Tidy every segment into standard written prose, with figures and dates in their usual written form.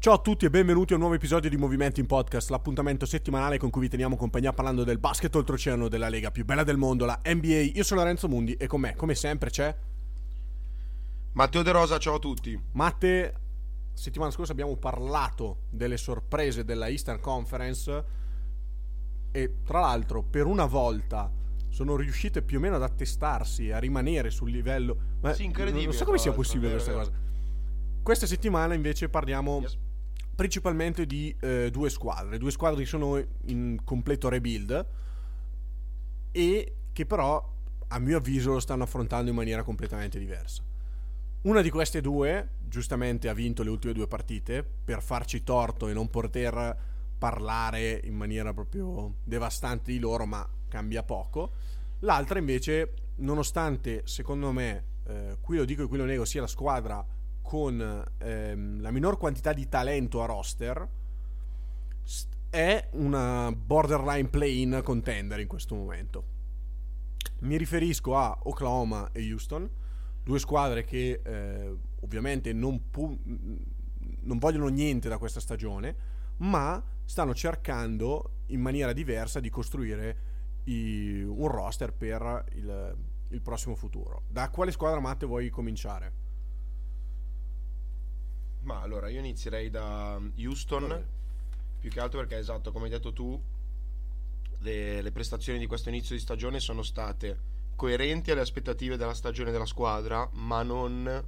Ciao a tutti e benvenuti a un nuovo episodio di Movimenti in Podcast, l'appuntamento settimanale con cui vi teniamo compagnia parlando del basket oltreoceano della lega più bella del mondo, la NBA. Io sono Lorenzo Mundi e con me, come sempre, c'è Matteo De Rosa. Ciao a tutti. Matte. Settimana scorsa abbiamo parlato delle sorprese della Eastern Conference e tra l'altro per una volta sono riuscite più o meno ad attestarsi, a rimanere sul livello. Sì, incredibile. Non so come sia possibile questa cosa. Questa settimana invece parliamo principalmente di due squadre che sono in completo rebuild e che però a mio avviso lo stanno affrontando in maniera completamente diversa. Una di queste due giustamente ha vinto le ultime due partite per farci torto e non poter parlare in maniera proprio devastante di loro, ma cambia poco. L'altra invece, nonostante secondo me qui lo dico e qui lo nego, sia la squadra con la minor quantità di talento a roster, è una borderline play-in contender in questo momento. Mi riferisco a Oklahoma e Houston, due squadre che ovviamente non vogliono niente da questa stagione, ma stanno cercando in maniera diversa di costruire un roster per il prossimo futuro. Da quale squadra, Matte, vuoi cominciare? Ma allora io inizierei da Houston, più che altro perché, esatto, come hai detto tu, le prestazioni di questo inizio di stagione sono state coerenti alle aspettative della stagione della squadra, ma non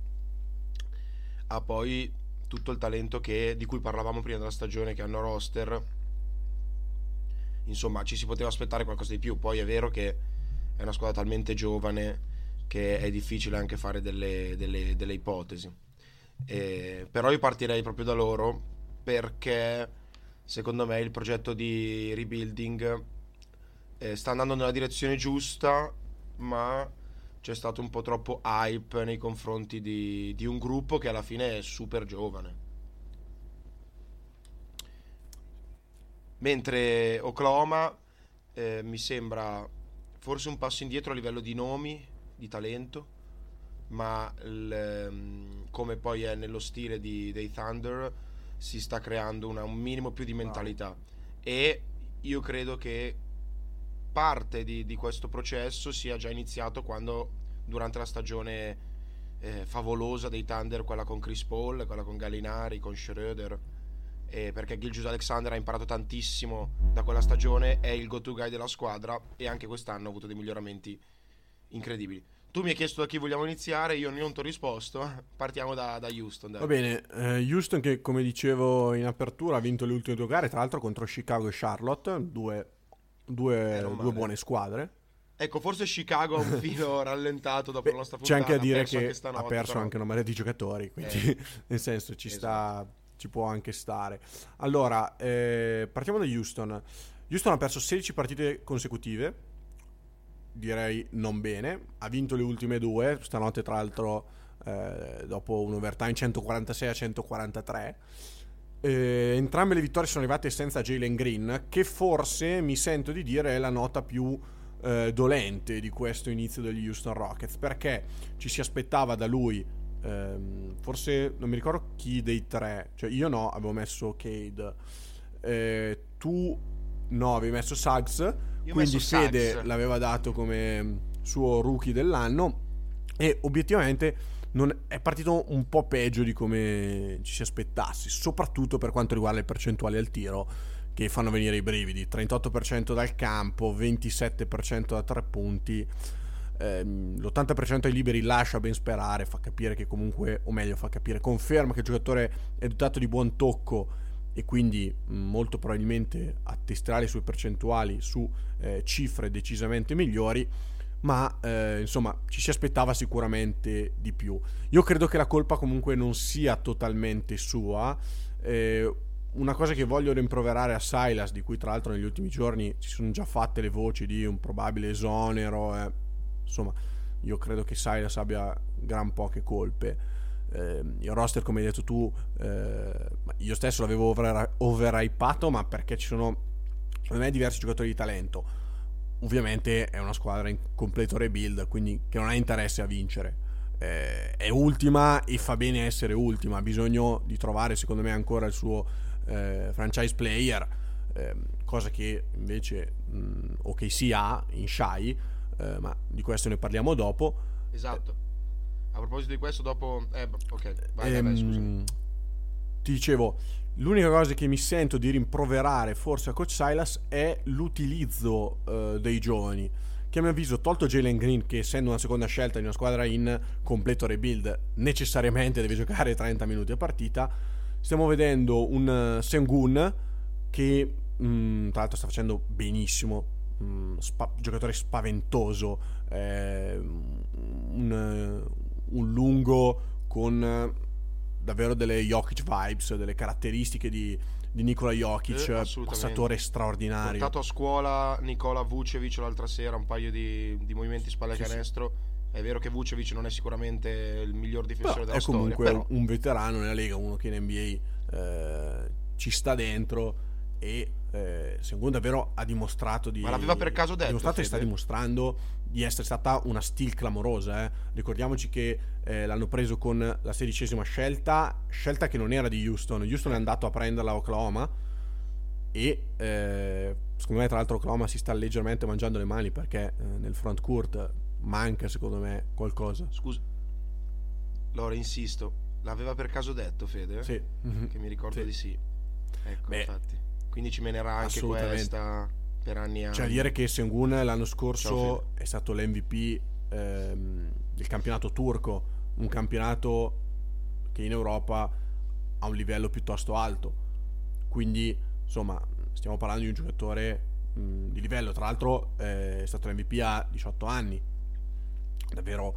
ha poi tutto il talento di cui parlavamo prima della stagione, che hanno roster. Insomma, ci si poteva aspettare qualcosa di più. Poi è vero che è una squadra talmente giovane che è difficile anche fare delle ipotesi. Però io partirei proprio da loro, perché secondo me il progetto di rebuilding sta andando nella direzione giusta, ma c'è stato un po' troppo hype nei confronti di un gruppo che alla fine è super giovane. Mentre Oklahoma mi sembra forse un passo indietro a livello di nomi, di talento, ma come poi è nello stile dei Thunder, si sta creando un minimo più di mentalità. E io credo che parte di questo processo sia già iniziato durante la stagione favolosa dei Thunder, quella con Chris Paul, quella con Gallinari, con Schroeder, perché Gilgeous-Alexander ha imparato tantissimo da quella stagione, è il go-to guy della squadra e anche quest'anno ha avuto dei miglioramenti incredibili. Tu mi hai chiesto da chi vogliamo iniziare, io non ti ho risposto. Partiamo da Houston. Dai. Va bene, Houston che, come dicevo in apertura, ha vinto le ultime due gare, tra l'altro contro Chicago e Charlotte, due buone squadre. Ecco, forse Chicago ha un filo rallentato dopo la nostra puntata. C'è anche a dire che stanotte, ha perso però anche una marea di giocatori, quindi nel senso ci può anche stare. Allora, partiamo da Houston. Houston ha perso 16 partite consecutive, direi non bene, ha vinto le ultime due stanotte, tra l'altro dopo un overtime 146-143. Entrambe le vittorie sono arrivate senza Jalen Green, che forse mi sento di dire è la nota più dolente di questo inizio degli Houston Rockets, perché ci si aspettava da lui forse non mi ricordo chi dei tre, cioè io no, avevo messo Cade, tu no, avevi messo Suggs, quindi Fede Suggs l'aveva dato come suo rookie dell'anno e obiettivamente è partito un po' peggio di come ci si aspettassi, soprattutto per quanto riguarda le percentuali al tiro, che fanno venire i brividi. 38% dal campo, 27% da 3 punti, l'80% ai liberi lascia ben sperare, fa capire che comunque, o meglio fa capire, conferma che il giocatore è dotato di buon tocco e quindi molto probabilmente attesterà le sue percentuali su cifre decisamente migliori, ma insomma ci si aspettava sicuramente di più. Io credo che la colpa comunque non sia totalmente sua. Una cosa che voglio rimproverare a Silas, di cui tra l'altro negli ultimi giorni ci sono già fatte le voci di un probabile esonero, insomma io credo che Silas abbia gran poche colpe. Il roster, come hai detto tu, io stesso l'avevo overhypato, ma perché ci sono secondo me diversi giocatori di talento. Ovviamente è una squadra in completo rebuild, quindi che non ha interesse a vincere, è ultima e fa bene essere ultima. Ha bisogno di trovare, secondo me, ancora il suo franchise player, cosa che invece OKC ha in Shai, ma di questo ne parliamo dopo. Esatto. A proposito di questo, dopo ok, vai, scusami. Ti dicevo, l'unica cosa che mi sento di rimproverare forse a Coach Silas è l'utilizzo dei giovani, che a mio avviso, tolto Jalen Green, che essendo una seconda scelta di una squadra in completo rebuild necessariamente deve giocare 30 minuti a partita, stiamo vedendo un Sengun che tra l'altro sta facendo benissimo, giocatore spaventoso, un lungo con davvero delle Jokic vibes, delle caratteristiche di Nikola Jokic, passatore straordinario. Portato a scuola Nikola Vucevic l'altra sera, un paio di movimenti spalle canestro. È vero che Vucevic non è sicuramente il miglior difensore della storia, è comunque un veterano nella Lega, uno che in NBA ci sta dentro, e Sengun davvero ha dimostrato di... Ma l'aveva per caso detto, e sta dimostrando di essere stata una steal clamorosa. Ricordiamoci che l'hanno preso con la 16ª scelta che non era di Houston è andato a prenderla a Oklahoma, e secondo me tra l'altro Oklahoma si sta leggermente mangiando le mani, perché nel front court manca secondo me qualcosa. Scusa, Lore, insisto, l'aveva per caso detto Fede? Sì. Che mi ricordo sì. Di sì. Ecco, infatti. Quindi ci menerà anche questa per anni e anni. Cioè, dire che Sengun l'anno scorso è stato l'MVP del campionato turco, un campionato che in Europa ha un livello piuttosto alto, quindi insomma stiamo parlando di un giocatore di livello. Tra l'altro è stato l'MVP a 18 anni, davvero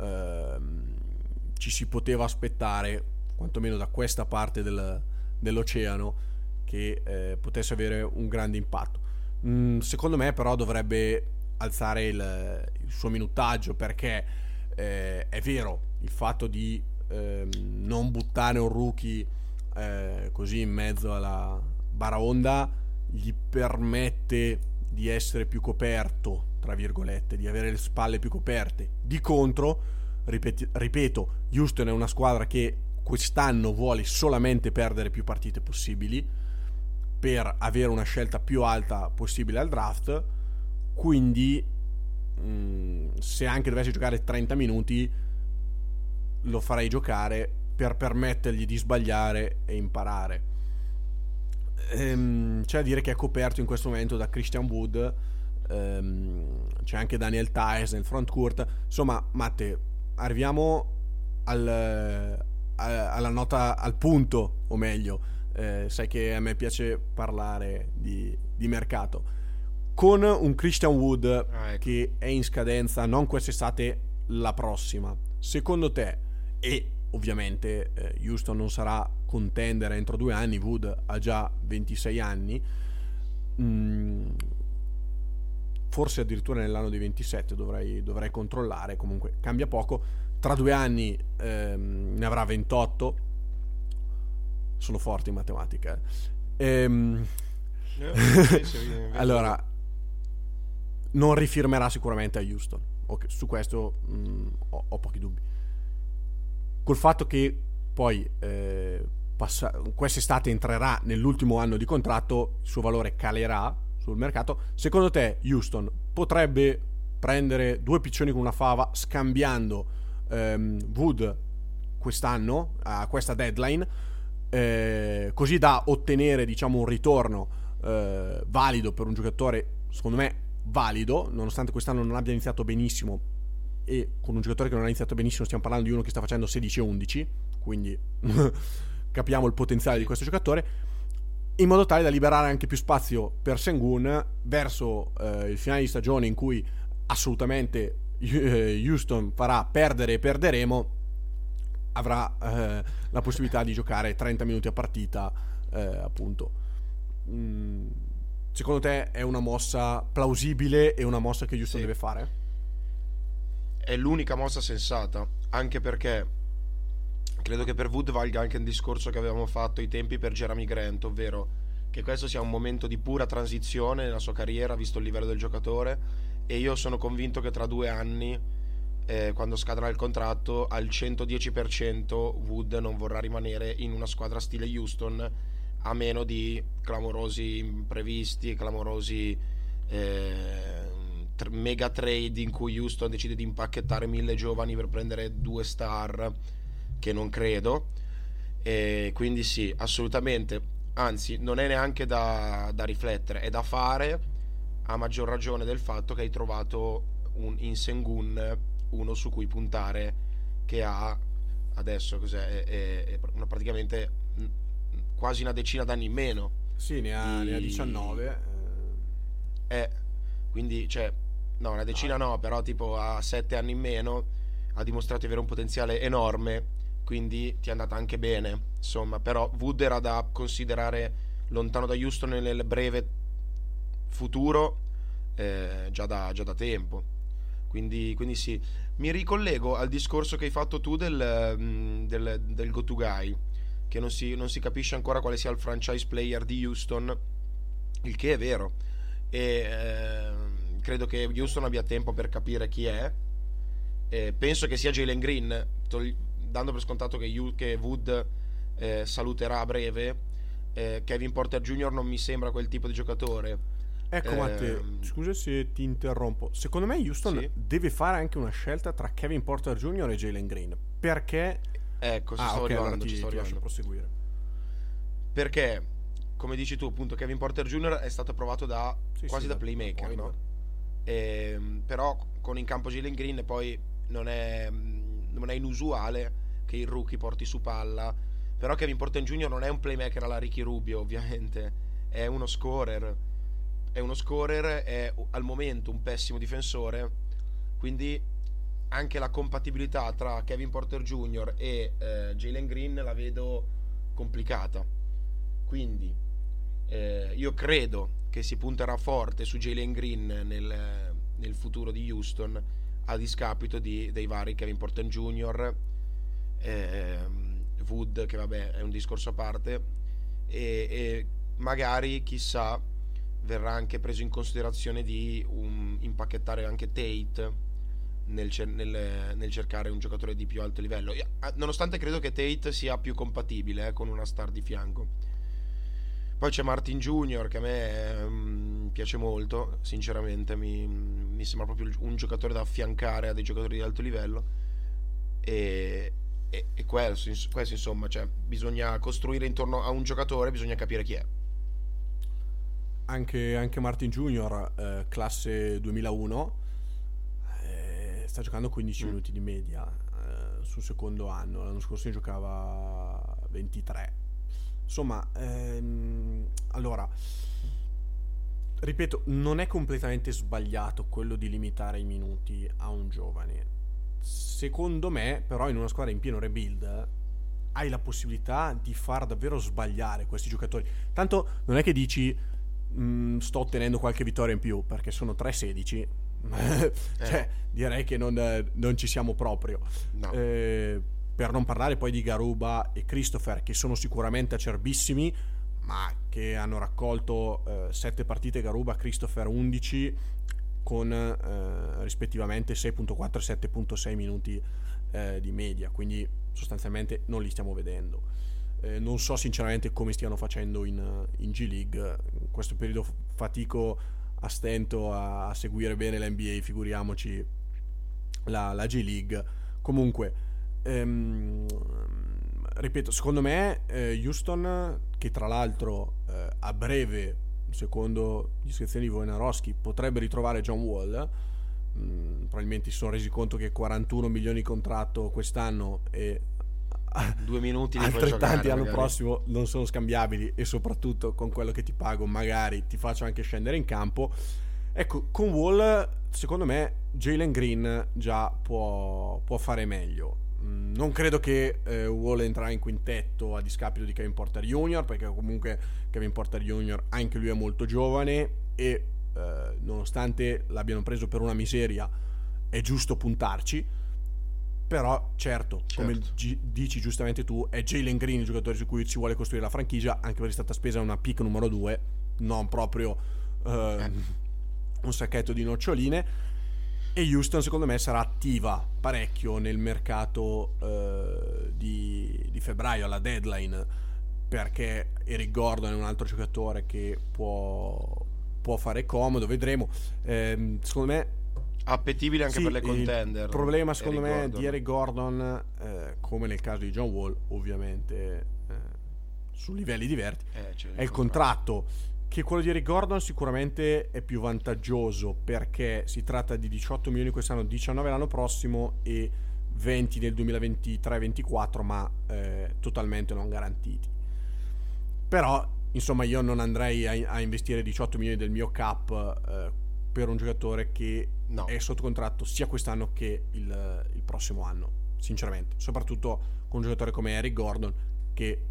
ci si poteva aspettare, quantomeno da questa parte dell'oceano, che potesse avere un grande impatto. Secondo me però dovrebbe alzare il suo minutaggio, perché è vero, il fatto di non buttare un rookie così in mezzo alla baraonda gli permette di essere più coperto, tra virgolette, di avere le spalle più coperte. Di contro, ripeto, Houston è una squadra che quest'anno vuole solamente perdere più partite possibili per avere una scelta più alta possibile al draft, quindi se anche dovesse giocare 30 minuti lo farei giocare per permettergli di sbagliare e imparare. C'è da dire che è coperto in questo momento da Christian Wood, c'è anche Daniel Tice nel front court. Insomma, Matte, arriviamo alla nota, al punto, o meglio, sai che a me piace parlare di mercato. Con un Christian Wood ecco, che è in scadenza non quest'estate, la prossima, secondo te, e ovviamente Houston non sarà contender entro 2 anni, Wood ha già 26 anni, forse addirittura nell'anno di 27, dovrei controllare, comunque cambia poco, tra 2 anni ne avrà 28, sono forte in matematica. Allora, non rifirmerà sicuramente a Houston, okay, su questo ho pochi dubbi. Col fatto che poi quest'estate entrerà nell'ultimo anno di contratto, il suo valore calerà sul mercato. Secondo te Houston potrebbe prendere 2 piccioni con una fava scambiando Wood quest'anno a questa deadline, così da ottenere, diciamo, un ritorno valido per un giocatore, secondo me valido, nonostante quest'anno non abbia iniziato benissimo, e con un giocatore che non ha iniziato benissimo stiamo parlando di uno che sta facendo 16-11, quindi capiamo il potenziale di questo giocatore, in modo tale da liberare anche più spazio per Sengun verso il finale di stagione, in cui assolutamente Houston farà perdere e perderemo, avrà la possibilità di giocare 30 minuti a partita, appunto. Secondo te è una mossa plausibile e una mossa che Houston deve fare? È l'unica mossa sensata, anche perché credo che per Wood valga anche il discorso che avevamo fatto ai tempi per Jeremy Grant, ovvero che questo sia un momento di pura transizione nella sua carriera, visto il livello del giocatore, e io sono convinto che tra 2 anni quando scadrà il contratto, al 110% Wood non vorrà rimanere in una squadra stile Houston, a meno di clamorosi imprevisti, clamorosi mega trade in cui Houston decide di impacchettare 1000 giovani per prendere 2 star, che non credo. Quindi sì, assolutamente, anzi non è neanche da riflettere, è da fare, a maggior ragione del fatto che hai trovato in Sengun uno su cui puntare, che ha adesso cos'è, è praticamente quasi una decina d'anni in meno. Sì, ne ha 19. Quindi, cioè, no, una decina no, però tipo ha 7 anni in meno, ha dimostrato di avere un potenziale enorme, quindi ti è andata anche bene, insomma. Però Wood era da considerare lontano da Houston nel breve futuro, già da tempo. Quindi sì, mi ricollego al discorso che hai fatto tu del go to guy, che non si capisce ancora quale sia il franchise player di Houston, il che è vero, e credo che Houston abbia tempo per capire chi è. Penso che sia Jalen Green, dando per scontato che Wood saluterà a breve. Kevin Porter Jr. non mi sembra quel tipo di giocatore. Ecco, Matteo, scusa se ti interrompo. Secondo me Houston deve fare anche una scelta tra Kevin Porter Jr. e Jalen Green. Perché? Ecco, sto arrivando. Ti lascio proseguire. Perché, come dici tu, appunto, Kevin Porter Jr. è stato approvato quasi da playmaker, no? Però con in campo Jalen Green, poi non è inusuale che il rookie porti su palla. Però Kevin Porter Jr. non è un playmaker alla Ricky Rubio, ovviamente. È uno scorer. È al momento un pessimo difensore, quindi anche la compatibilità tra Kevin Porter Jr. e Jalen Green la vedo complicata. Quindi io credo che si punterà forte su Jalen Green nel futuro di Houston, a discapito dei vari Kevin Porter Jr., Wood, che vabbè è un discorso a parte, e magari, chissà, verrà anche preso in considerazione di impacchettare anche Tate nel cercare un giocatore di più alto livello. Nonostante credo che Tate sia più compatibile con una star di fianco. Poi c'è Martin Jr., che a me piace molto, sinceramente mi sembra proprio un giocatore da affiancare a dei giocatori di alto livello, e questo insomma, cioè, bisogna costruire intorno a un giocatore, bisogna capire chi è. Anche Martin Jr., classe 2001, sta giocando 15 minuti di media sul secondo anno. L'anno scorso ne giocava 23. Insomma, allora, ripeto, non è completamente sbagliato quello di limitare i minuti a un giovane. Secondo me, però, in una squadra in pieno rebuild hai la possibilità di far davvero sbagliare questi giocatori. Tanto non è che dici sto ottenendo qualche vittoria in più, perché sono 3-16. Cioè, direi che non ci siamo proprio. No. Per non parlare poi di Garuba e Christopher, che sono sicuramente acerbissimi, ma che hanno raccolto 7 partite Garuba, Christopher 11, con rispettivamente 6.4 e 7.6 minuti di media, quindi sostanzialmente non li stiamo vedendo. Non so sinceramente come stiano facendo in G League. In questo periodo fatico a stento a seguire bene la NBA, figuriamoci la G League. Comunque, ripeto, secondo me Houston, che tra l'altro a breve, secondo le iscrizioni di Wojnarowski, potrebbe ritrovare John Wall, probabilmente si sono resi conto che 41 milioni di contratto quest'anno e 2 minuti altrettanti l'anno prossimo non sono scambiabili, e soprattutto con quello che ti pago magari ti faccio anche scendere in campo. Ecco, con Wall secondo me Jalen Green già può fare meglio. Non credo che Wall entrerà in quintetto a discapito di Kevin Porter Jr., perché comunque Kevin Porter Jr. anche lui è molto giovane e nonostante l'abbiano preso per una miseria è giusto puntarci. Però certo. Come dici giustamente tu, è Jalen Green il giocatore su cui si vuole costruire la franchigia, anche perché è stata spesa una pick numero 2, non proprio un sacchetto di noccioline. E Houston secondo me sarà attiva parecchio nel mercato di febbraio, alla deadline, perché Eric Gordon è un altro giocatore che può fare comodo, vedremo. Secondo me appetibile anche sì, per le contender. Il problema secondo Eric me Gordon. di Eric Gordon, come nel caso di John Wall, ovviamente su livelli diversi, è il contratto. Che quello di Eric Gordon sicuramente è più vantaggioso, perché si tratta di 18 milioni quest'anno, 19 l'anno prossimo e 20 nel 2023-24, ma totalmente non garantiti. Però insomma io non andrei a investire 18 milioni del mio cap per un giocatore che è sotto contratto sia quest'anno che il prossimo anno, sinceramente, soprattutto con un giocatore come Eric Gordon che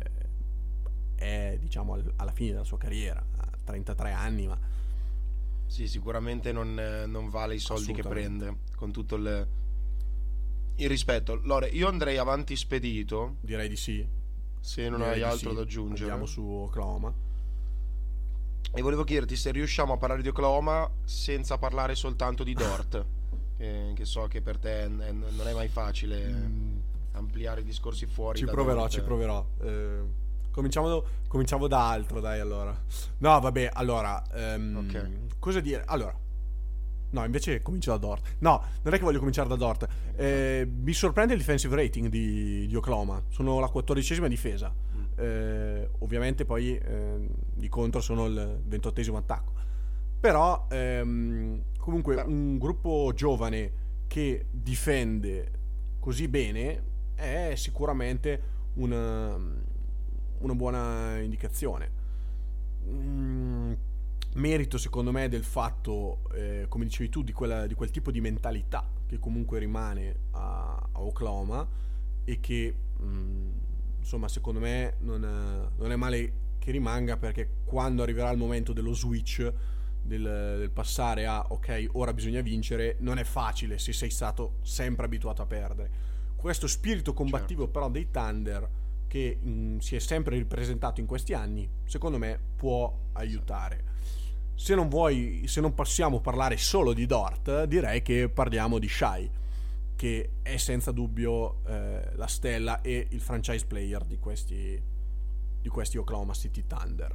è diciamo alla fine della sua carriera, a 33 anni, ma sì, sicuramente non vale i soldi che prende, con tutto il rispetto. Lore, io andrei avanti spedito, direi di sì, se non hai altro da aggiungere. Andiamo su Oklahoma. E volevo chiederti se riusciamo a parlare di Oklahoma senza parlare soltanto di Dort, che so che per te non è mai facile ampliare i discorsi fuori. Ci proverò. Cominciamo da altro, dai, allora. No, vabbè, allora okay. Cosa dire? Allora, no, invece comincio da Dort. No, non è che voglio cominciare da Dort. Mi sorprende il defensive rating di Oklahoma. Sono la 14ª difesa. Ovviamente poi di contro sono il 28º attacco. Però comunque un gruppo giovane che difende così bene è sicuramente una buona indicazione. Merito secondo me del fatto, come dicevi tu, di quel tipo di mentalità che comunque rimane a Oklahoma, e che insomma secondo me non è male che rimanga, perché quando arriverà il momento dello switch, del passare a ok, ora bisogna vincere, non è facile se sei stato sempre abituato a perdere. Questo spirito combattivo però dei Thunder, che si è sempre ripresentato in questi anni, secondo me può aiutare. Se non possiamo parlare solo di Dort, direi che parliamo di Shai, che è senza dubbio la stella e il franchise player di questi Oklahoma City Thunder.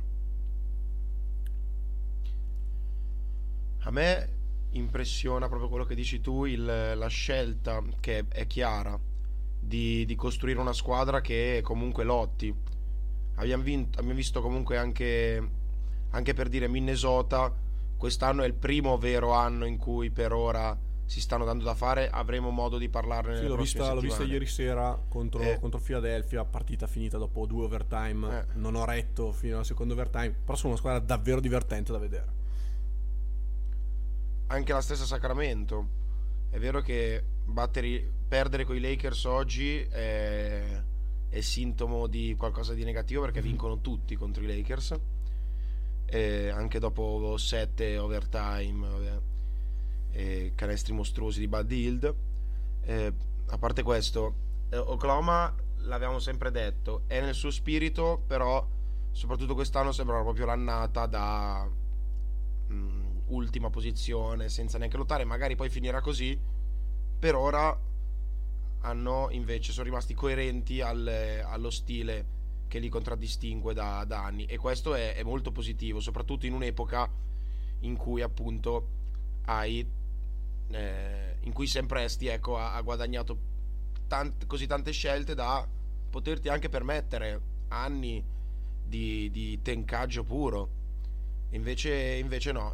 A me impressiona proprio quello che dici tu, la scelta che è chiara di costruire una squadra che comunque lotti. Abbiamo visto comunque anche per dire Minnesota, quest'anno è il primo vero anno in cui per ora si stanno dando da fare. Avremo modo di parlarne nelle prossime settimane. L'ho vista ieri sera contro Philadelphia, partita finita dopo 2 overtime. Non ho retto fino al secondo overtime, però sono una squadra davvero divertente da vedere. Anche la stessa Sacramento, è vero che perdere con i Lakers oggi è sintomo di qualcosa di negativo, perché vincono tutti contro i Lakers, anche dopo 7 overtime e canestri mostruosi di Buddy Hield. A parte questo, Oklahoma, l'avevamo sempre detto, è nel suo spirito, però soprattutto quest'anno sembra proprio l'annata da ultima posizione senza neanche lottare. Magari poi finirà così. Per ora sono rimasti coerenti allo stile che li contraddistingue da anni, e questo è molto positivo, soprattutto in un'epoca in cui appunto in cui Sam Presti ha guadagnato così tante scelte da poterti anche permettere anni di tencaggio puro. Invece no.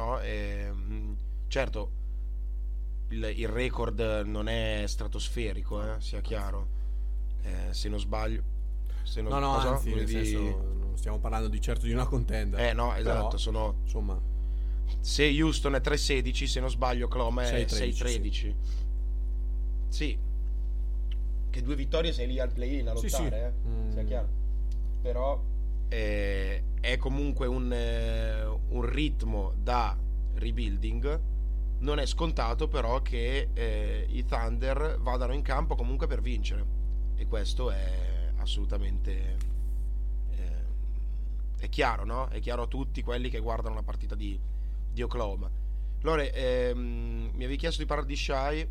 Certo, il record non è stratosferico, sia chiaro. Se non sbaglio, anzi, nel senso, non stiamo parlando di certo di una contender. No, esatto. Però, insomma, se Houston è 3-16, se non sbaglio Oklahoma è 6-13. Sì, che 2 vittorie sei lì al play-in a lottare, sia chiaro. Però è comunque un ritmo da rebuilding. Non è scontato però che i Thunder vadano in campo comunque per vincere, e questo è assolutamente è chiaro, no? È chiaro a tutti quelli che guardano la partita di Oklahoma. Lore, mi avevi chiesto di parlare di Shai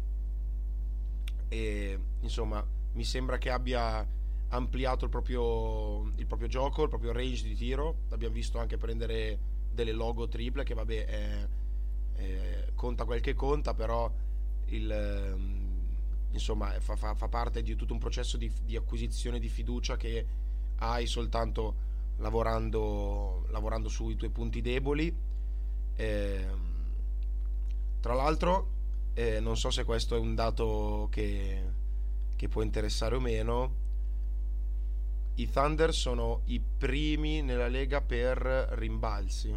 e insomma mi sembra che abbia ampliato il proprio gioco, il proprio range di tiro. L'abbiamo visto anche prendere delle logo triple che vabbè conta quel che conta, però insomma fa parte di tutto un processo di acquisizione di fiducia che hai soltanto lavorando sui tuoi punti deboli. Tra l'altro non so se questo è un dato che può interessare o meno. I Thunder sono i primi nella lega per rimbalzi.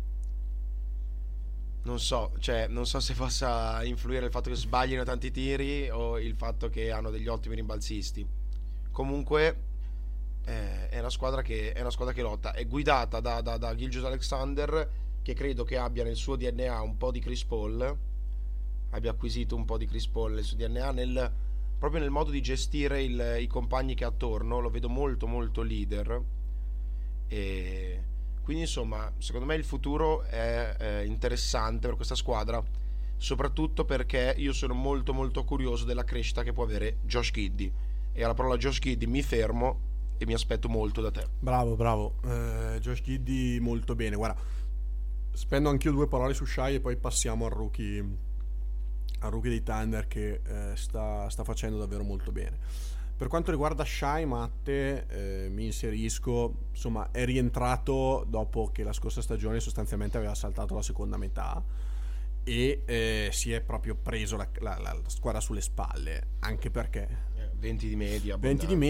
Non so se possa influire il fatto che sbaglino tanti tiri o il fatto che hanno degli ottimi rimbalzisti. Comunque è una squadra che lotta. È guidata da Gilgeous-Alexander, che credo che abbia nel suo DNA un po' di Chris Paul. Abbia acquisito un po' di Chris Paul nel suo DNA, proprio nel modo di gestire i compagni che ha attorno. Lo vedo molto molto leader, e quindi insomma secondo me il futuro è interessante per questa squadra, soprattutto perché io sono molto molto curioso della crescita che può avere Josh Giddey, e alla parola Josh Giddey mi fermo e mi aspetto molto da te. Bravo. Josh Giddey molto bene. Guarda, spendo anch'io 2 parole su Shai e poi passiamo al rookie dei Thunder che sta facendo davvero molto bene. Per quanto riguarda Shai, Matte, mi inserisco, insomma è rientrato dopo che la scorsa stagione sostanzialmente aveva saltato la seconda metà e si è proprio preso la squadra sulle spalle, anche perché 20 di media,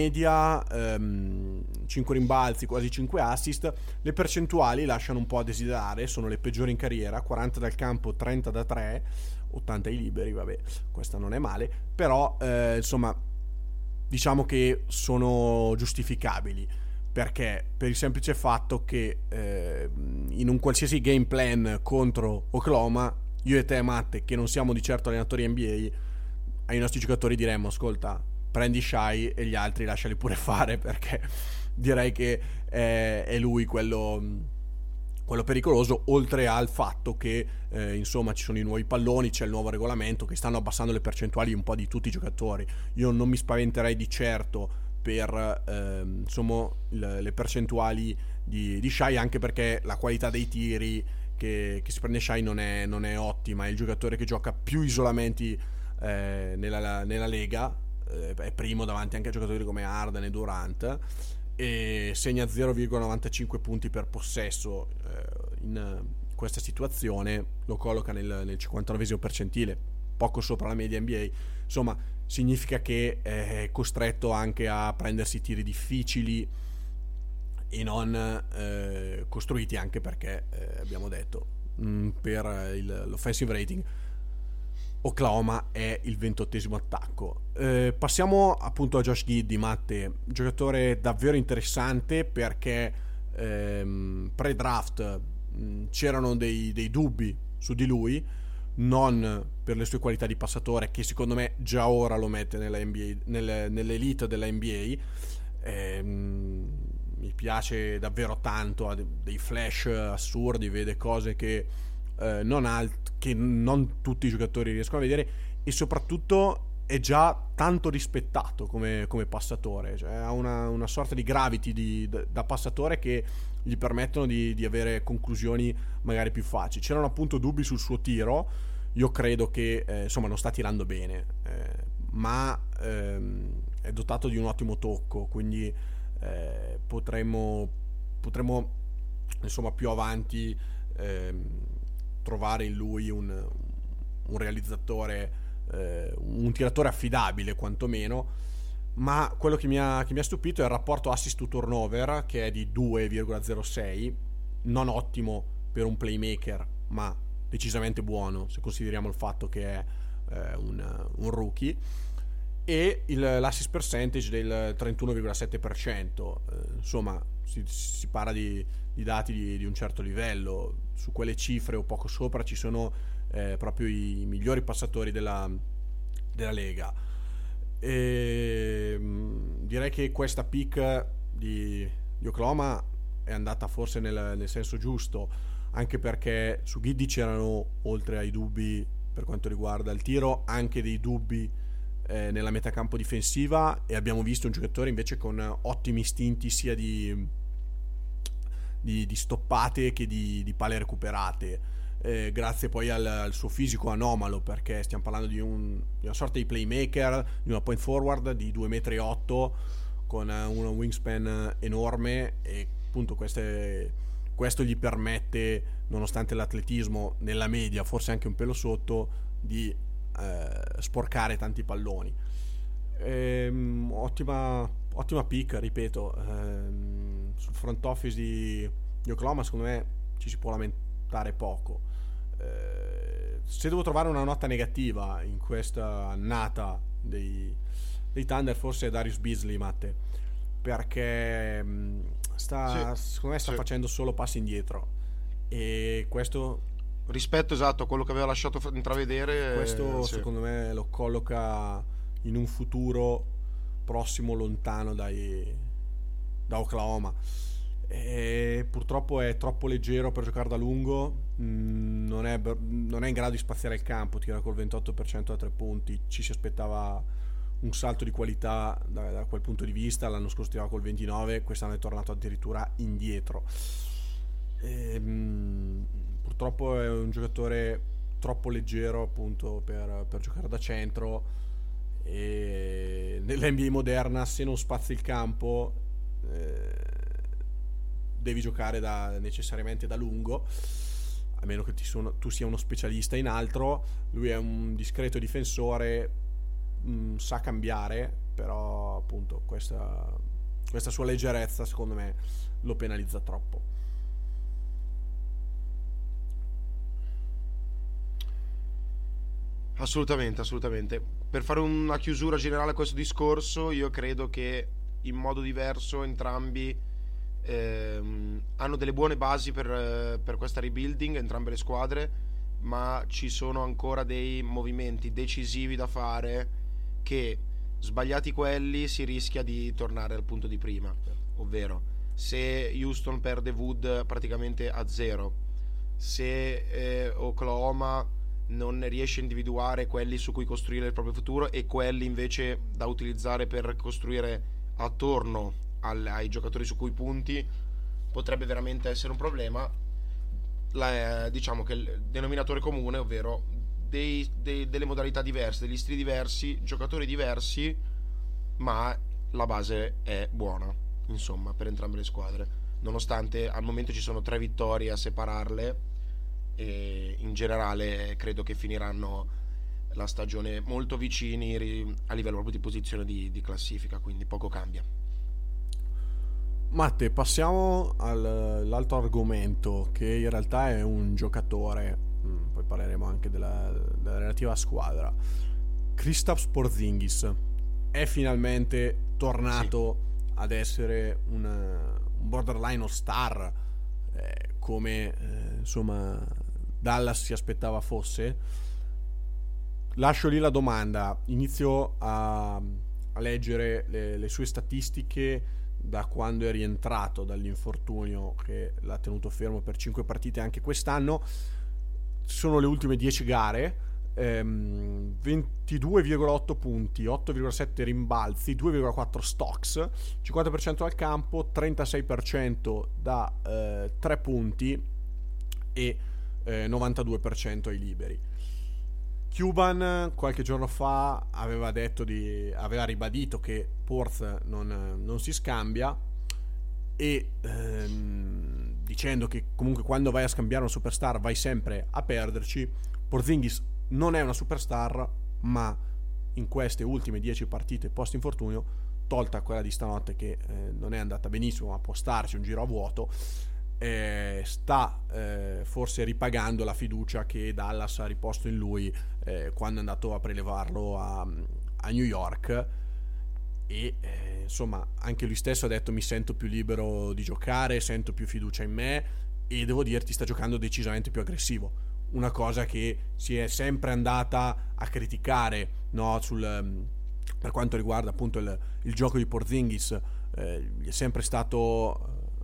5 rimbalzi, quasi 5 assist. Le percentuali lasciano un po' a desiderare, sono le peggiori in carriera, 40 dal campo, 30 da 3, 80 ai liberi, vabbè, questa non è male, però insomma diciamo che sono giustificabili, perché per il semplice fatto che in un qualsiasi game plan contro Oklahoma, io e te, Matte, che non siamo di certo allenatori NBA, ai nostri giocatori diremmo: ascolta, prendi Shai e gli altri lasciali pure fare, perché direi che è lui quello pericoloso, oltre al fatto che insomma ci sono i nuovi palloni, c'è il nuovo regolamento che stanno abbassando le percentuali un po' di tutti i giocatori. Io non mi spaventerei di certo per insomma le percentuali di Shai, anche perché la qualità dei tiri che si prende Shai non è ottima. È il giocatore che gioca più isolamenti nella Lega, è primo davanti anche a giocatori come Harden e Durant, e segna 0,95 punti per possesso. In questa situazione lo colloca nel 59esimo percentile, poco sopra la media NBA. Insomma, significa che è costretto anche a prendersi tiri difficili e non costruiti, anche perché abbiamo detto per l'offensive rating Oklahoma è il 28esimo attacco. Passiamo appunto a Josh Giddey, Matte, giocatore davvero interessante, perché pre-draft c'erano dei dubbi su di lui, non per le sue qualità di passatore, che secondo me già ora lo mette nella NBA, nell'elite della NBA. Mi piace davvero tanto, ha dei flash assurdi, vede cose che non tutti i giocatori riescono a vedere, e soprattutto è già tanto rispettato come passatore, cioè ha una sorta di gravity da passatore che gli permettono di avere conclusioni magari più facili. C'erano appunto dubbi sul suo tiro. Io credo che insomma non sta tirando bene, ma è dotato di un ottimo tocco, quindi potremmo insomma più avanti trovare in lui un realizzatore, un tiratore affidabile quantomeno. Ma quello che mi ha stupito è il rapporto assist to turnover, che è di 2,06, non ottimo per un playmaker, ma decisamente buono se consideriamo il fatto che è un rookie, e l'assist percentage del 31,7%. Insomma si parla di dati di un certo livello. Su quelle cifre o poco sopra ci sono proprio i migliori passatori della Lega. E direi che questa pick di Oklahoma è andata forse nel senso giusto. anche perché su Giddey c'erano, oltre ai dubbi per quanto riguarda il tiro, anche dei dubbi nella metacampo difensiva, e abbiamo visto un giocatore invece con ottimi istinti sia di stoppate che di palle recuperate, grazie poi al suo fisico anomalo, perché stiamo parlando di una sorta di playmaker, di una point forward di 2,8 m con un wingspan enorme, e appunto questo gli permette, nonostante l'atletismo nella media, forse anche un pelo sotto, di sporcare tanti palloni. Ottima pick, ripeto. Sul front office di Oklahoma secondo me ci si può lamentare poco. Se devo trovare una nota negativa in questa annata dei Thunder, forse è Darius Beasley, Matte, perché secondo me sta facendo solo passi indietro, e questo rispetto esatto a quello che aveva lasciato intravedere, questo secondo me lo colloca in un futuro prossimo lontano da Oklahoma, e purtroppo è troppo leggero per giocare da lungo, non è in grado di spaziare il campo, tira col 28% da 3 punti. Ci si aspettava un salto di qualità da quel punto di vista. L'anno scorso tirava col 29%, quest'anno è tornato addirittura indietro. Purtroppo è un giocatore troppo leggero appunto per giocare da centro, e nell'NBA moderna, se non spazi il campo, devi giocare necessariamente da lungo, a meno che tu sia uno specialista in altro. Lui è un discreto difensore, sa cambiare, però appunto questa sua leggerezza secondo me lo penalizza troppo. Assolutamente. Per fare una chiusura generale a questo discorso, io credo che in modo diverso entrambi hanno delle buone basi per questa rebuilding, entrambe le squadre, ma ci sono ancora dei movimenti decisivi da fare che, sbagliati quelli, si rischia di tornare al punto di prima, ovvero se Houston perde Wood praticamente a zero, se Oklahoma non riesce a individuare quelli su cui costruire il proprio futuro e quelli invece da utilizzare per costruire attorno ai giocatori su cui punti, potrebbe veramente essere un problema. Diciamo che il denominatore comune, ovvero delle modalità diverse, degli stili diversi, giocatori diversi, ma la base è buona, insomma, per entrambe le squadre, nonostante al momento ci sono 3 vittorie a separarle, e in generale credo che finiranno la stagione molto vicini a livello proprio di posizione di classifica, quindi poco cambia. Matte, passiamo all'altro argomento, che in realtà è un giocatore, poi parleremo anche della relativa squadra. Kristaps Porzingis è finalmente tornato ad essere un borderline all-star, come insomma Dallas si aspettava fosse. Lascio lì la domanda, inizio a leggere le sue statistiche da quando è rientrato dall'infortunio che l'ha tenuto fermo per 5 partite anche quest'anno. Sono le ultime 10 gare, 22,8 punti, 8,7 rimbalzi, 2,4 stocks, 50% al campo, 36% da 3 punti e 92% ai liberi. Cuban qualche giorno fa aveva ribadito che Porz non si scambia, e dicendo che comunque quando vai a scambiare una superstar vai sempre a perderci. Porzingis non è una superstar, ma in queste ultime 10 partite post infortunio, tolta quella di stanotte che non è andata benissimo, ma può starci un giro a vuoto, sta forse ripagando la fiducia che Dallas ha riposto in lui quando è andato a prelevarlo a New York, e insomma anche lui stesso ha detto: mi sento più libero di giocare, sento più fiducia in me, e devo dirti sta giocando decisamente più aggressivo, una cosa che si è sempre andata a criticare, no? Per quanto riguarda appunto il gioco di Porzingis, gli è sempre stato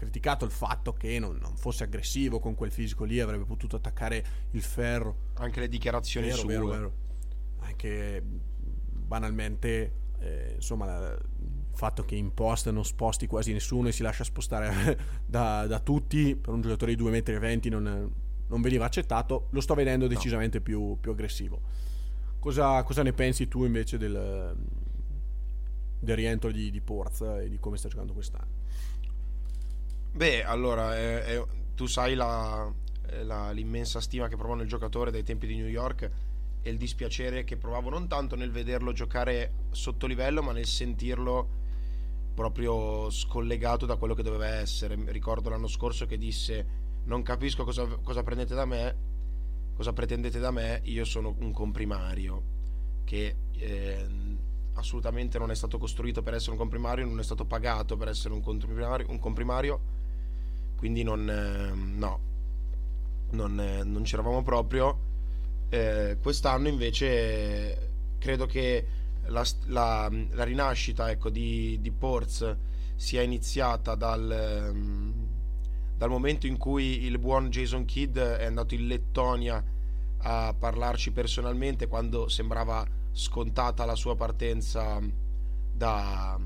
criticato il fatto che non fosse aggressivo con quel fisico lì, avrebbe potuto attaccare il ferro. Anche le dichiarazioni sue. Vero. Anche banalmente, insomma, il fatto che in post non sposti quasi nessuno e si lascia spostare da tutti, per un giocatore di 2,20 m non veniva accettato. Lo sto vedendo decisamente più aggressivo. Cosa ne pensi tu invece del rientro di Porz e di come sta giocando quest'anno? Beh, allora, tu sai l'immensa stima che provavo nel giocatore dai tempi di New York e il dispiacere che provavo non tanto nel vederlo giocare sotto livello, ma nel sentirlo proprio scollegato da quello che doveva essere. Ricordo l'anno scorso che disse: non capisco cosa prendete da me, cosa pretendete da me, io sono un comprimario, che assolutamente non è stato costruito per essere un comprimario, non è stato pagato per essere un comprimario, quindi non c'eravamo proprio. Quest'anno invece credo che la rinascita, ecco, di Porz sia iniziata dal momento in cui il buon Jason Kidd è andato in Lettonia a parlarci personalmente, quando sembrava scontata la sua partenza da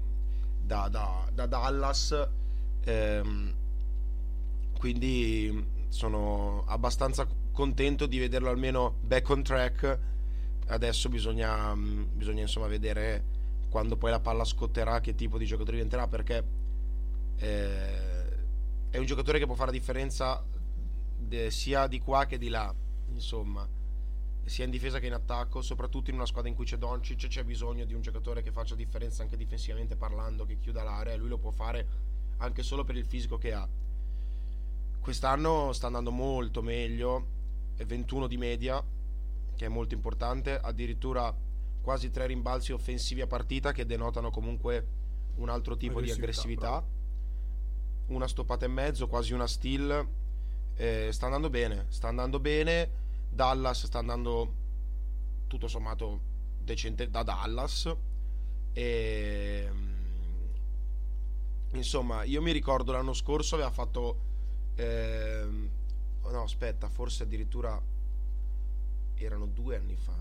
Dallas. Quindi sono abbastanza contento di vederlo almeno back on track. Adesso bisogna insomma vedere, quando poi la palla scotterà, che tipo di giocatore diventerà, perché è un giocatore che può fare la differenza sia di qua che di là, insomma, sia in difesa che in attacco. Soprattutto in una squadra in cui c'è Doncic c'è bisogno di un giocatore che faccia differenza anche difensivamente parlando, che chiuda l'area, e lui lo può fare anche solo per il fisico che ha. Quest'anno sta andando molto meglio, è 21 di media, che è molto importante, addirittura quasi 3 rimbalzi offensivi a partita, che denotano comunque un altro tipo di aggressività. Una stoppata e mezzo, quasi una steal. Sta andando bene. Dallas sta andando tutto sommato decente da Dallas, e insomma, io mi ricordo l'anno scorso aveva fatto no, aspetta, forse addirittura erano 2 anni fa.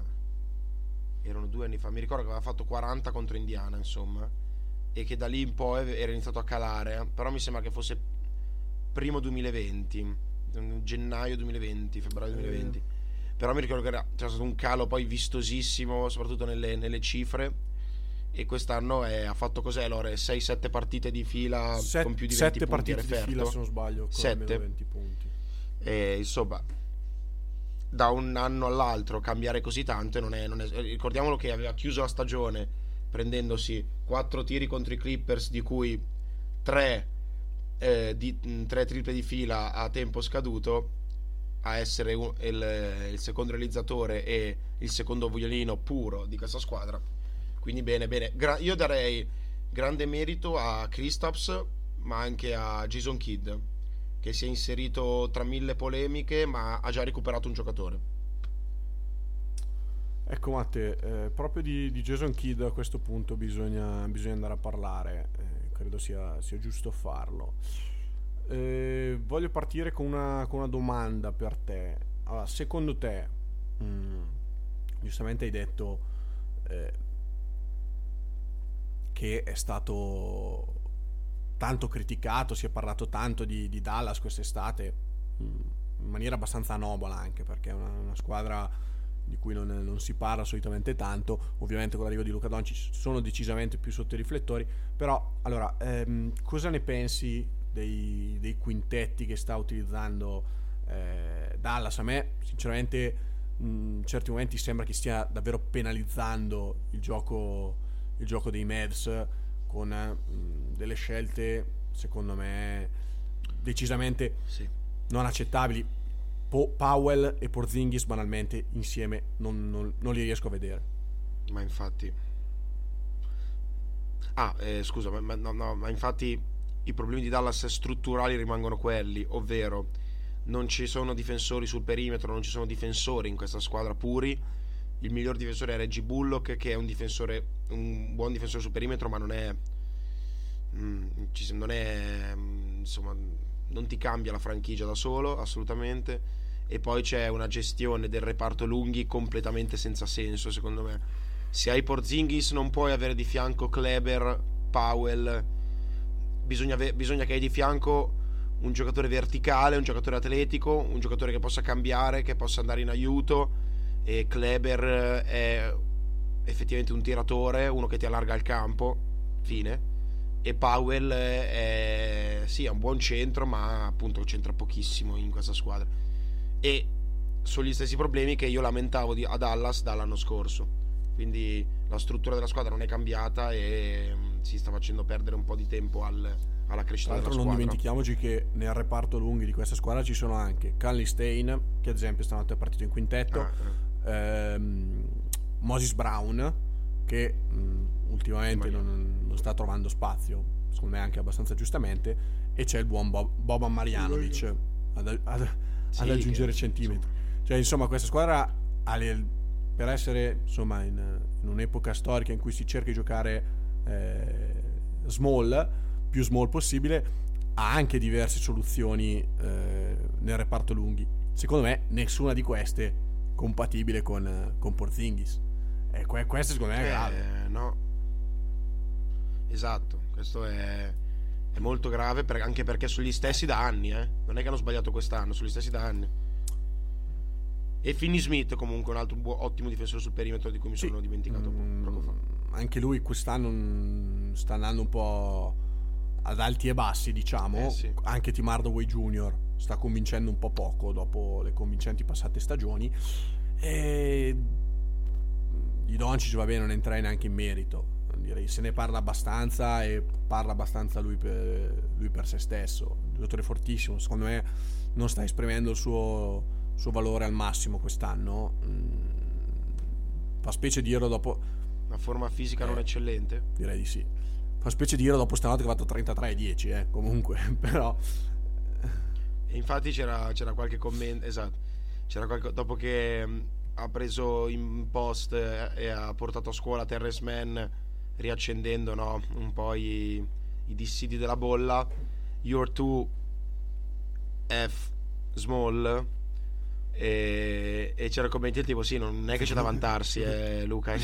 Mi ricordo che aveva fatto 40 contro Indiana, insomma, e che da lì in poi era iniziato a calare. Però mi sembra che fosse primo 2020, gennaio 2020, febbraio 2020. Però mi ricordo che c'era stato un calo poi vistosissimo, soprattutto nelle cifre. E quest'anno ha fatto, cos'è, Lore? 6-7 partite di fila con più di 20 punti a referto. 7 partite di fila, se non sbaglio, con 7. 20 punti. E insomma, da un anno all'altro cambiare così tanto non è... Ricordiamolo che aveva chiuso la stagione prendendosi 4 tiri contro i Clippers, di cui 3 triple di fila a tempo scaduto, a essere il secondo realizzatore e il secondo violino puro di questa squadra. Quindi bene. Io darei grande merito a Kristaps, ma anche a Jason Kidd, che si è inserito tra 1000 polemiche, ma ha già recuperato un giocatore. Ecco, Matte, proprio di Jason Kidd a questo punto bisogna andare a parlare. Credo sia giusto farlo. Voglio partire con una domanda per te. Allora, secondo te, giustamente hai detto che è stato tanto criticato, si è parlato tanto di Dallas quest'estate, in maniera abbastanza anomala, anche perché è una squadra di cui non si parla solitamente tanto. Ovviamente con l'arrivo di Luka Doncic sono decisamente più sotto i riflettori. Però allora, cosa ne pensi dei quintetti che sta utilizzando Dallas? A me sinceramente in certi momenti sembra che stia davvero penalizzando il gioco dei Mavs, con delle scelte secondo me decisamente non accettabili. Powell e Porzingis banalmente insieme non li riesco a vedere. Ma infatti scusa, ma infatti i problemi di Dallas strutturali rimangono quelli, ovvero non ci sono difensori sul perimetro, non ci sono difensori in questa squadra puri. Il miglior difensore è Reggie Bullock, che è un buon difensore sul perimetro, ma non è insomma non ti cambia la franchigia da solo, assolutamente. E poi c'è una gestione del reparto lunghi completamente senza senso, secondo me. Se hai Porzingis non puoi avere di fianco Kleber, Powell, bisogna che hai di fianco un giocatore verticale, un giocatore atletico, un giocatore che possa cambiare, che possa andare in aiuto. E Kleber è effettivamente un tiratore, uno che ti allarga il campo, fine. E Powell è sì, è un buon centro, ma appunto c'entra pochissimo in questa squadra. E sono gli stessi problemi che io lamentavo a Dallas dall'anno scorso. Quindi la struttura della squadra non è cambiata e si sta facendo perdere un po' di tempo alla crescita della squadra. Non dimentichiamoci che nel reparto lunghi di questa squadra ci sono anche Conley Stein, che ad esempio stanotte è partito in quintetto, Moses Brown, che ultimamente non sta trovando spazio, secondo me anche abbastanza giustamente, e c'è il buon Boban Marjanovic ad aggiungere centimetri. Cioè, insomma, questa squadra per essere, insomma, in un'epoca storica in cui si cerca di giocare più small possibile, ha anche diverse soluzioni nel reparto lunghi. Secondo me nessuna di queste compatibile con Porzingis. Questo secondo me è grave. No, esatto, questo è molto grave, anche perché sono gli stessi da anni, non è che hanno sbagliato quest'anno, sono gli stessi da anni. E Finney Smith comunque un altro ottimo difensore sul perimetro di cui mi sono dimenticato poco fa. Anche lui quest'anno sta andando un po' ad alti e bassi, diciamo. Sì. Anche Tim Hardaway Jr. sta convincendo un po' poco dopo le convincenti passate stagioni, e di Doncic va bene, non entrerei neanche in merito, direi se ne parla abbastanza, e parla abbastanza lui per se stesso. Un giocatore fortissimo, secondo me non sta esprimendo il suo valore al massimo quest'anno. Fa specie dirlo dopo una forma fisica non eccellente, direi di sì. Fa specie dirlo dopo stanotte che ha fatto 33-10 comunque però. E infatti c'era qualche commento, esatto, dopo che ha preso in post e ha portato a scuola Terrence Mann, riaccendendo un po' i dissidi della bolla. You're too F small, e c'era commenti tipo sì, non è che c'è da vantarsi Luca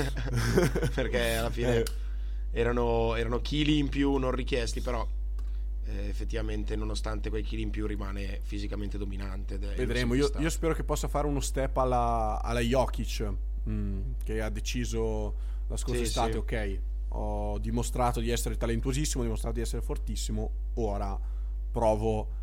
perché alla fine erano chili in più non richiesti, però effettivamente nonostante quei chili in più rimane fisicamente dominante. Vedremo. Io spero che possa fare uno step alla Jokic, che ha deciso la scorsa estate, sì. Ok, ho dimostrato di essere talentuosissimo, ho dimostrato di essere fortissimo, ora provo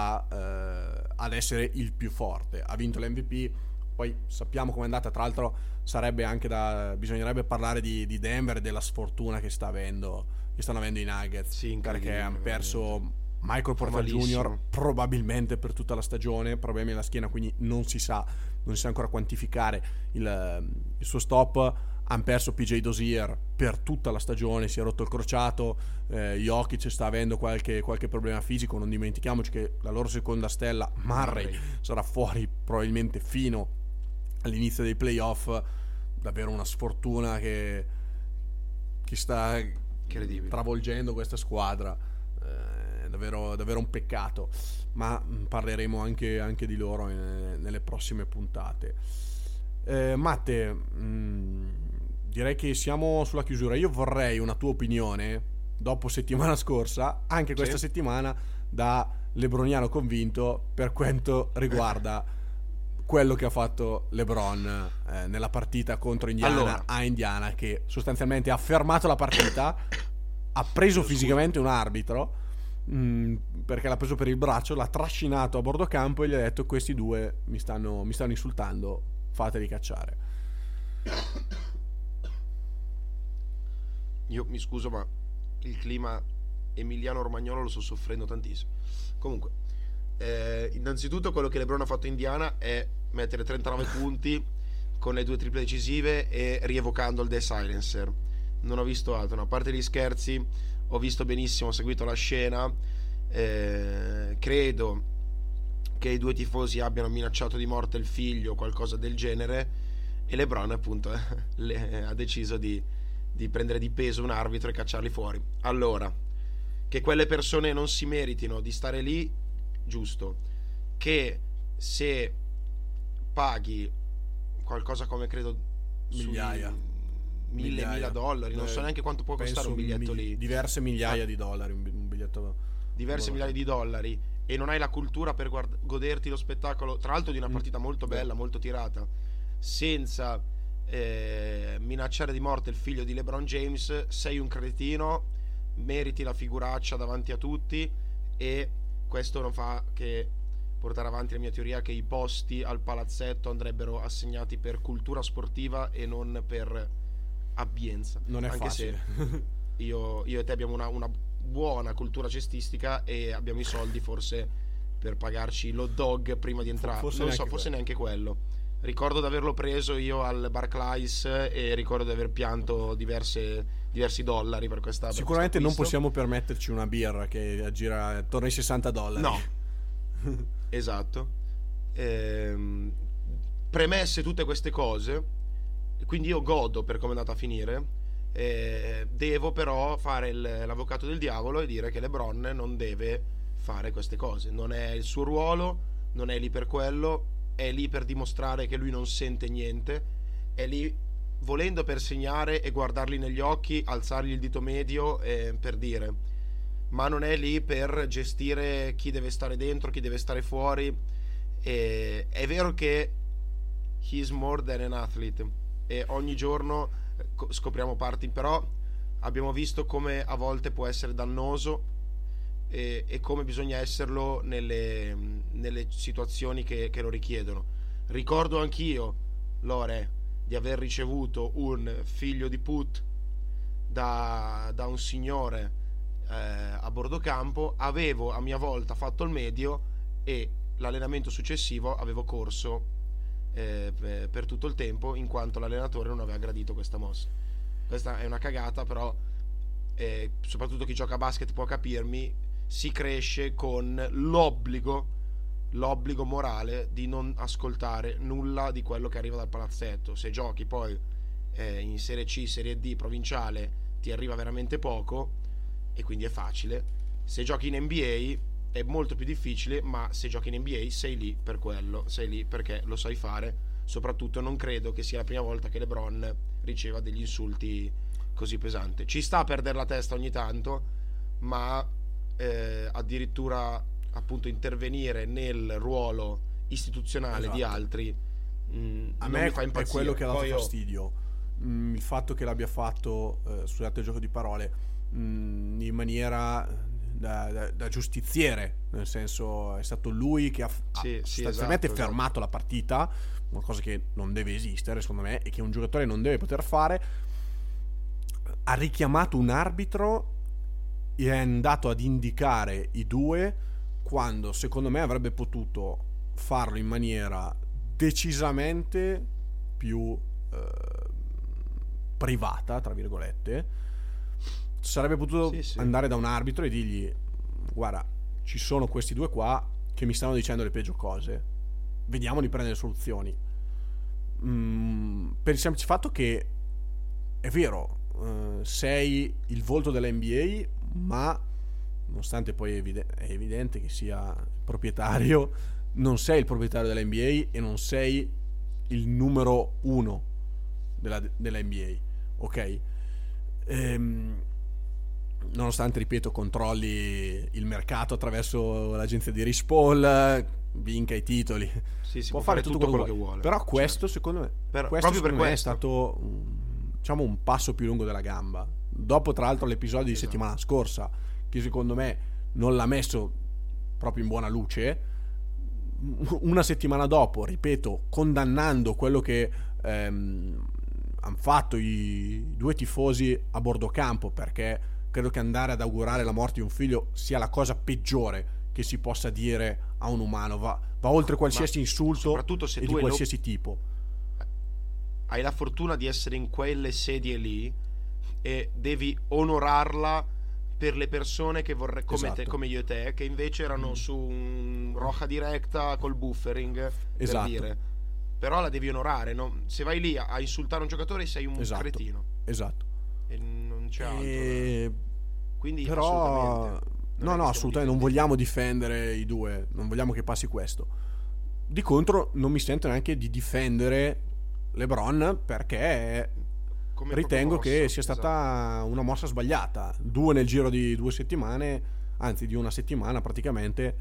ad essere il più forte. Ha vinto l'MVP, poi sappiamo com'è andata. Tra l'altro bisognerebbe parlare di Denver e della sfortuna che stanno avendo i Nuggets, sì, perché hanno perso Michael Porter Jr. probabilmente per tutta la stagione, problemi alla schiena, quindi non si sa ancora quantificare il suo stop. Hanno perso PJ Dozier per tutta la stagione, si è rotto il crociato. Jokic sta avendo qualche problema fisico. Non dimentichiamoci che la loro seconda stella, Murray, sarà fuori probabilmente fino all'inizio dei playoff. Davvero una sfortuna che sta travolgendo questa squadra. Davvero un peccato, ma parleremo anche di loro nelle prossime puntate. Matte, direi che siamo sulla chiusura. Io vorrei una tua opinione dopo settimana scorsa, anche questa settimana, da lebroniano convinto, per quanto riguarda quello che ha fatto LeBron nella partita contro Indiana, a Indiana, che sostanzialmente ha fermato la partita, ha preso fisicamente un arbitro perché l'ha preso per il braccio, l'ha trascinato a bordo campo e gli ha detto: questi due mi stanno insultando, fateli cacciare. Io mi scuso, ma il clima emiliano-romagnolo lo sto soffrendo tantissimo. Comunque, innanzitutto quello che LeBron ha fatto in Indiana è mettere 39 punti con le 2 triple decisive e rievocando il The Silencer. Non ho visto altro, a parte gli scherzi, ho visto benissimo, ho seguito la scena. Credo che i 2 tifosi abbiano minacciato di morte il figlio o qualcosa del genere, e LeBron appunto ha deciso di prendere di peso un arbitro e cacciarli fuori. Allora, Che quelle persone non si meritino di stare lì, giusto. Che se paghi qualcosa come credo migliaia, mille dollari, non so neanche quanto può costare un biglietto lì, diverse migliaia di dollari un biglietto, diverse migliaia di dollari, e non hai la cultura per goderti lo spettacolo, tra l'altro di una partita molto bella, molto tirata, senza minacciare di morte il figlio di LeBron James, sei un cretino, meriti la figuraccia davanti a tutti. E questo non fa che portare avanti la mia teoria che i posti al palazzetto andrebbero assegnati per cultura sportiva e non per abbienza. Non è anche facile. Se io e te abbiamo una buona cultura cestistica e abbiamo i soldi forse per pagarci l'hot dog prima di entrare, non so, forse neanche quello. Ricordo di averlo preso io al Barclays e ricordo di aver pianto diversi dollari per questa. Sicuramente non possiamo permetterci una birra che aggira attorno ai $60. No. Esatto. Premesse tutte queste cose, quindi io godo per come è andata a finire. Devo però fare l'avvocato del diavolo e dire che LeBron non deve fare queste cose. Non è il suo ruolo, non è lì per quello. È lì per dimostrare che lui non sente niente, è lì volendo per segnare e guardarli negli occhi, alzargli il dito medio per dire, ma non è lì per gestire chi deve stare dentro, chi deve stare fuori. È vero che he's more than an athlete e ogni giorno scopriamo parti, però abbiamo visto come a volte può essere dannoso e come bisogna esserlo nelle situazioni che lo richiedono. Ricordo anch'io, Lore, di aver ricevuto un figlio di put da un signore a bordo campo. Avevo a mia volta fatto il medio e l'allenamento successivo avevo corso per tutto il tempo, in quanto l'allenatore non aveva gradito questa mossa. Questa è una cagata, però soprattutto chi gioca a basket può capirmi. Si cresce con l'obbligo morale di non ascoltare nulla di quello che arriva dal palazzetto. Se giochi poi in Serie C, Serie D, provinciale, ti arriva veramente poco e quindi è facile. Se giochi in NBA è molto più difficile, ma se giochi in NBA sei lì per quello, sei lì perché lo sai fare. Soprattutto non credo che sia la prima volta che LeBron riceva degli insulti così pesanti. Ci sta a perdere la testa ogni tanto, ma addirittura appunto intervenire nel ruolo istituzionale di altri a non me mi fa impazzire. È quello che ha dato fastidio, il fatto che l'abbia fatto, scusate il gioco di parole, in maniera da giustiziere, nel senso è stato lui che ha sostanzialmente fermato la partita, una cosa che non deve esistere secondo me e che un giocatore non deve poter fare. Ha richiamato un arbitro e è andato ad indicare i due quando secondo me avrebbe potuto farlo in maniera decisamente più privata, tra virgolette. Sarebbe potuto andare da un arbitro e dirgli: guarda, ci sono questi due qua che mi stanno dicendo le peggio cose, vediamo di prendere soluzioni. Per il semplice fatto che è vero, sei il volto della NBA, ma nonostante poi è evidente che sia proprietario, non sei il proprietario della NBA e non sei il numero uno della NBA, ok? Nonostante, ripeto, controlli il mercato attraverso l'agenzia di Rich Paul, vinca i titoli, può fare tutto quello che vuole. Però questo secondo me, è stato diciamo un passo più lungo della gamba, dopo tra l'altro l'episodio di settimana scorsa, che secondo me non l'ha messo proprio in buona luce. Una settimana dopo, ripeto, condannando quello che hanno fatto i due tifosi a bordo campo, perché credo che andare ad augurare la morte di un figlio sia la cosa peggiore che si possa dire a un umano, va oltre qualsiasi insulto e di qualsiasi tipo. Hai la fortuna di essere in quelle sedie lì e devi onorarla per le persone che vorrei come io e te, che invece erano su un roja directa col buffering, per dire. Però la devi onorare, no? Se vai lì a insultare un giocatore sei un cretino. Esatto. E non c'è altro. Quindi però assolutamente. no, assolutamente non vogliamo difendere i due, non vogliamo che passi questo. Di contro non mi sento neanche di difendere LeBron, perché Come ritengo proprio che mossa, sia esatto. stata una mossa sbagliata. 2 nel giro di 2 settimane, anzi di una settimana praticamente,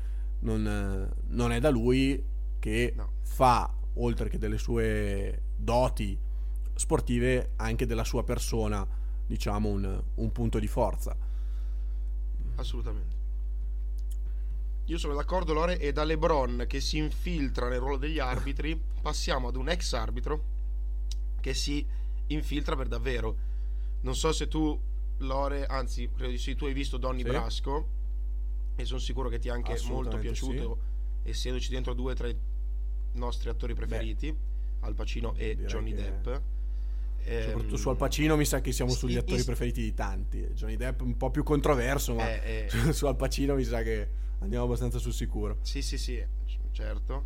non è da lui, che No. fa, oltre che delle sue doti sportive, anche della sua persona, diciamo, un punto di forza. Assolutamente. Io sono d'accordo, Lore, e da LeBron che si infiltra nel ruolo degli arbitri passiamo ad un ex arbitro che si infiltra per davvero. Non so se tu, Lore, anzi credo di sì, tu hai visto Donnie Sì. Brasco, e sono sicuro che ti è anche molto Assolutamente piaciuto, essendoci dentro 2 tra i nostri attori preferiti, Al Pacino e direi Johnny che- Depp. Soprattutto su Al Pacino mi sa che siamo sugli in- attori in- preferiti di tanti. Johnny Depp un po' più controverso, ma su Al Pacino mi sa che andiamo abbastanza sul sicuro. Sì, certo.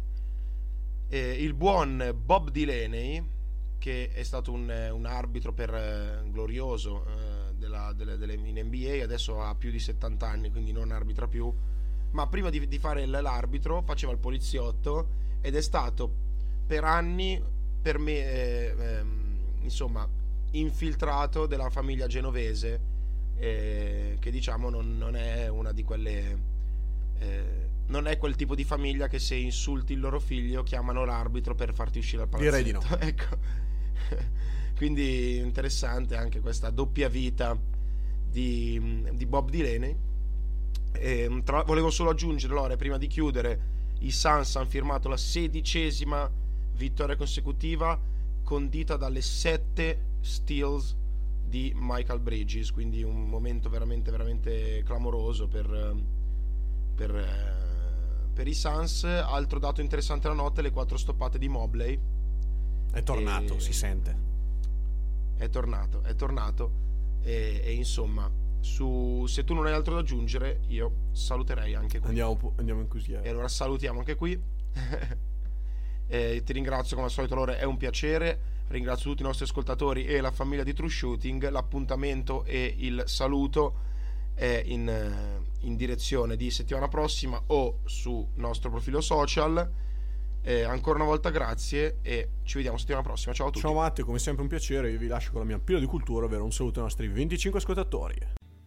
Il buon Bob Delaney, che è stato un arbitro glorioso in NBA, adesso ha più di 70 anni, quindi non arbitra più, ma prima di fare l'arbitro faceva il poliziotto, ed è stato per anni, per me, insomma, infiltrato della famiglia genovese, che diciamo non è una di quelle... non è quel tipo di famiglia che se insulti il loro figlio chiamano l'arbitro per farti uscire dal palazzetto. Direi di no. Ecco. Quindi interessante anche questa doppia vita di Bob Delaney. Volevo solo aggiungere, Lore, prima di chiudere, i Suns hanno firmato la 16ª vittoria consecutiva, condita dalle 7 steals di Michael Bridges, quindi un momento veramente veramente clamoroso per i Suns. Altro dato interessante la notte: le 4 stoppate di Mobley. È tornato, si sente. È tornato e insomma, se tu non hai altro da aggiungere, io saluterei anche qui. Andiamo in così. E allora salutiamo anche qui. Ti ringrazio come al solito, Lore, è un piacere. Ringrazio tutti i nostri ascoltatori e la famiglia di True Shooting. L'appuntamento e il saluto è in direzione di settimana prossima o sul nostro profilo social. Ancora una volta grazie e ci vediamo settimana prossima. Ciao a tutti. Ciao Matteo, come sempre un piacere. Io vi lascio con la mia pillola di cultura, ovvero un saluto ai nostri 25 ascoltatori.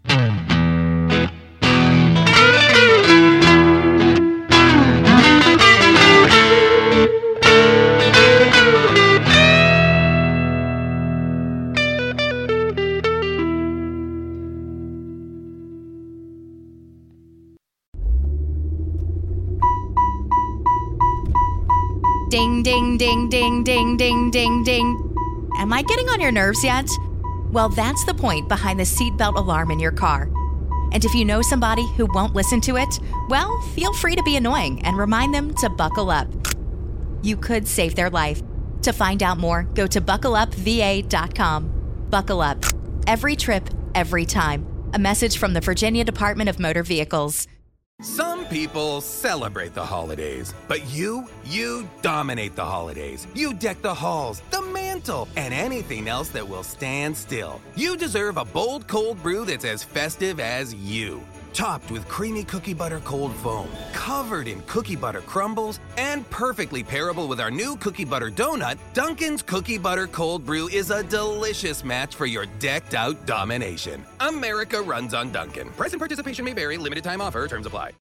Ding, ding, ding, ding, ding, ding, ding, ding. Am I getting on your nerves yet? Well, that's the point behind the seatbelt alarm in your car. And if you know somebody who won't listen to it, well, feel free to be annoying and remind them to buckle up. You could save their life. To find out more, go to buckleupva.com. Buckle up. Every trip, every time. A message from the Virginia Department of Motor Vehicles. Some people celebrate the holidays, but you dominate the holidays. You deck the halls, the mantle, and anything else that will stand still. You deserve a bold cold brew that's as festive as you. Topped with creamy cookie butter cold foam, covered in cookie butter crumbles, and perfectly pairable with our new cookie butter donut, Dunkin's Cookie Butter Cold Brew is a delicious match for your decked out domination. America runs on Dunkin'. Price and participation may vary. Limited time offer. Terms apply.